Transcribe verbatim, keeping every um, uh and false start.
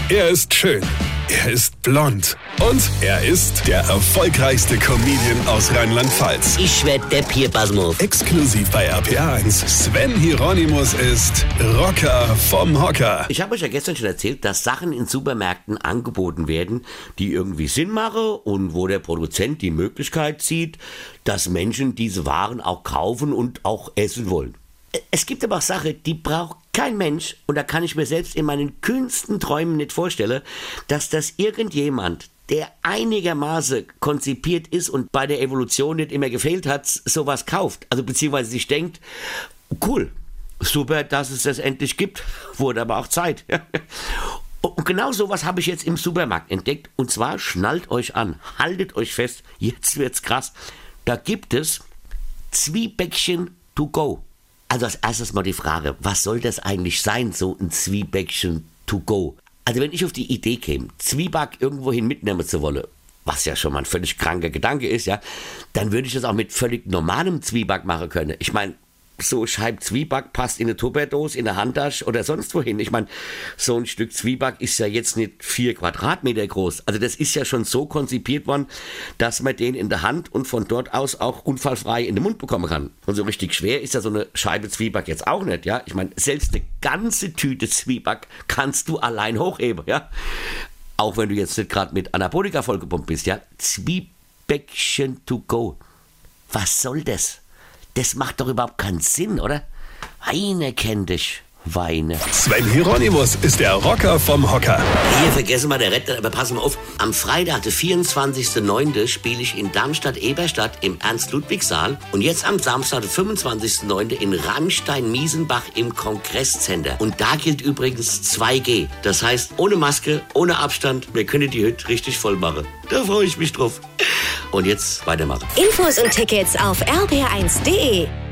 Er ist schön. Er ist blond. Und er ist der erfolgreichste Comedian aus Rheinland-Pfalz. Ich werd der Pierpasmus. Exklusiv bei R P A eins. Sven Hieronymus ist Rocker vom Hocker. Ich habe euch ja gestern schon erzählt, dass Sachen in Supermärkten angeboten werden, die irgendwie Sinn machen und wo der Produzent die Möglichkeit sieht, dass Menschen diese Waren auch kaufen und auch essen wollen. Es gibt aber auch Sachen, die braucht kein Mensch, und da kann ich mir selbst in meinen kühnsten Träumen nicht vorstellen, dass das irgendjemand, der einigermaßen konzipiert ist und bei der Evolution nicht immer gefehlt hat, sowas kauft. Also beziehungsweise sich denkt, cool, super, dass es das endlich gibt, wurde aber auch Zeit. Und genau sowas habe ich jetzt im Supermarkt entdeckt, und zwar schnallt euch an, haltet euch fest, jetzt wird's krass. Da gibt es Zwiebäckchen to go. Also als erstes mal die Frage, was soll das eigentlich sein, so ein Zwiebäckchen to go? Also wenn ich auf die Idee käme, Zwieback irgendwohin mitnehmen zu wollen, was ja schon mal ein völlig kranker Gedanke ist, ja, dann würde ich das auch mit völlig normalem Zwieback machen können. Ich meine, so Scheibe Zwieback passt in eine Tupperdose, in eine Handtasche oder sonst wohin. Ich meine, so ein Stück Zwieback ist ja jetzt nicht vier Quadratmeter groß. Also das ist ja schon so konzipiert worden, dass man den in der Hand und von dort aus auch unfallfrei in den Mund bekommen kann. Und so richtig schwer ist ja so eine Scheibe Zwieback jetzt auch nicht, ja. Ich meine, selbst eine ganze Tüte Zwieback kannst du allein hochheben, ja. Auch wenn du jetzt nicht gerade mit Anabolika vollgepumpt bist, ja. Zwiebäckchen to go. Was soll das? Das macht doch überhaupt keinen Sinn, oder? Weine kennt dich, Weine. Sven Hieronymus ist der Rocker vom Hocker. Hier, vergessen wir der Retter, aber pass mal auf. Am Freitag, den vierundzwanzigsten neunten spiele ich in Darmstadt-Eberstadt im Ernst-Ludwig-Saal. Und jetzt am Samstag, den fünfundzwanzigsten neunten in Rammstein-Miesenbach im Kongresscenter. Und da gilt übrigens zwei G. Das heißt, ohne Maske, ohne Abstand, wir können die Hütte richtig voll machen. Da freue ich mich drauf. Und jetzt weitermachen. Infos und Tickets auf r p r eins punkt d e.